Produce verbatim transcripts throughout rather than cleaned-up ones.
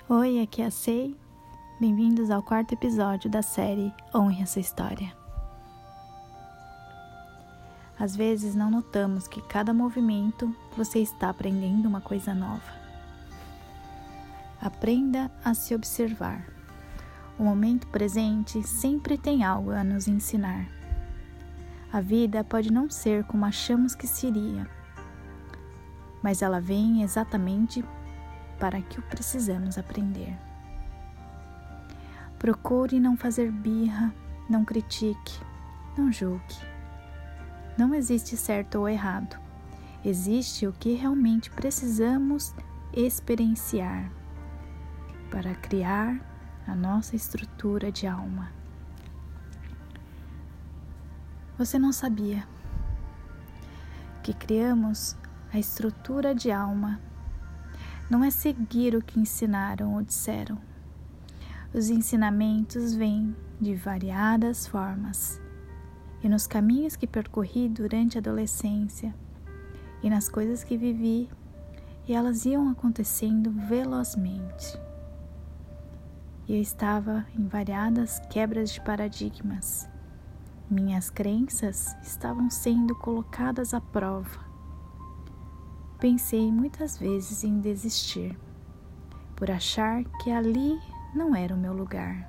Oi, aqui é a Sei. Bem-vindos ao quarto episódio da série Honre a Sua História. Às vezes não notamos que cada movimento você está aprendendo uma coisa nova. Aprenda a se observar. O momento presente sempre tem algo a nos ensinar. A vida pode não ser como achamos que seria, mas ela vem exatamente para que o precisamos aprender. Procure não fazer birra, não critique, não julgue. Não existe certo ou errado. Existe o que realmente precisamos experienciar para criar a nossa estrutura de alma. Você não sabia que criamos a estrutura de alma não é seguir o que ensinaram ou disseram. Os ensinamentos vêm de variadas formas, e nos caminhos que percorri durante a adolescência, e nas coisas que vivi, e elas iam acontecendo velozmente. E eu estava em variadas quebras de paradigmas. Minhas crenças estavam sendo colocadas à prova. Pensei muitas vezes em desistir, por achar que ali não era o meu lugar.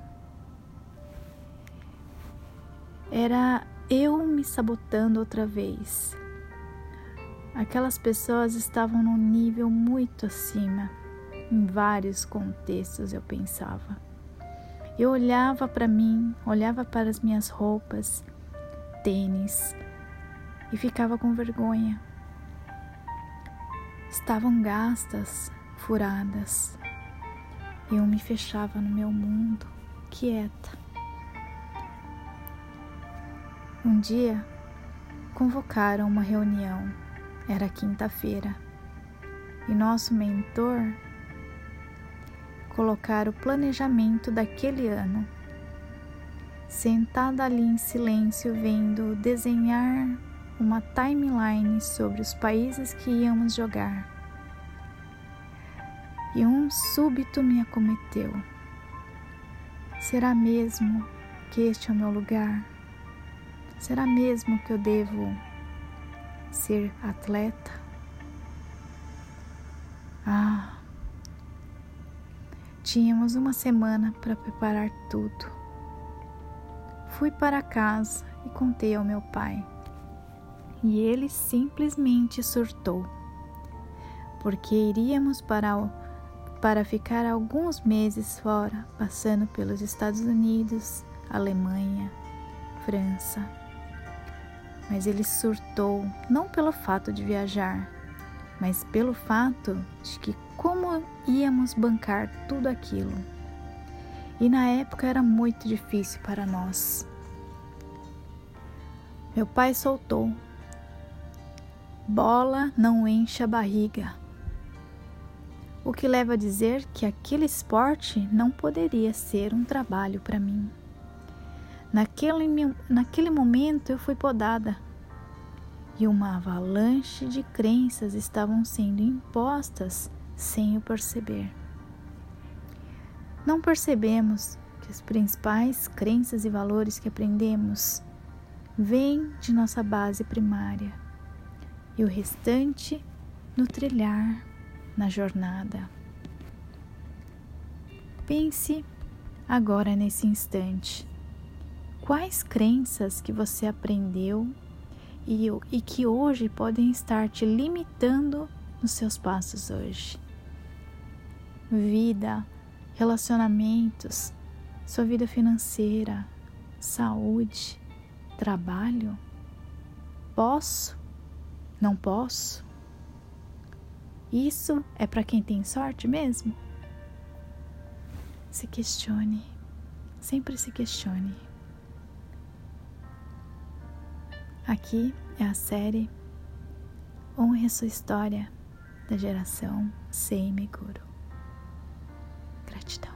Era eu me sabotando outra vez. Aquelas pessoas estavam num nível muito acima. Em vários contextos eu pensava. Eu olhava para mim, olhava para as minhas roupas, tênis, e ficava com vergonha. Estavam gastas, furadas. Eu me fechava no meu mundo, quieta. Um dia, convocaram uma reunião. Era quinta-feira. E nosso mentor colocara o planejamento daquele ano. Sentada ali em silêncio, vendo desenhar uma timeline sobre os países que íamos jogar. E um súbito me acometeu. Será mesmo que este é o meu lugar? Será mesmo que eu devo ser atleta? Ah, tínhamos uma semana para preparar tudo. Fui para casa e contei ao meu pai. E ele simplesmente surtou, porque iríamos para, o, para ficar alguns meses fora, passando pelos Estados Unidos, Alemanha, França. Mas ele surtou não pelo fato de viajar, mas pelo fato de que como íamos bancar tudo aquilo. E na época era muito difícil para nós. Meu pai soltou. Bola não enche a barriga. O que leva a dizer que aquele esporte não poderia ser um trabalho para mim. Naquele, naquele momento eu fui podada e uma avalanche de crenças estavam sendo impostas sem eu perceber. Não percebemos que as principais crenças e valores que aprendemos vêm de nossa base primária e o restante no trilhar, na jornada. Pense agora nesse instante. Quais crenças que você aprendeu e, e que hoje podem estar te limitando nos seus passos hoje? Vida, relacionamentos, sua vida financeira, saúde, trabalho? Posso? Não posso? Isso é para quem tem sorte mesmo? Se questione, sempre se questione. Aqui é a série Honre a Sua História, da geração Sei Meguro. Gratidão.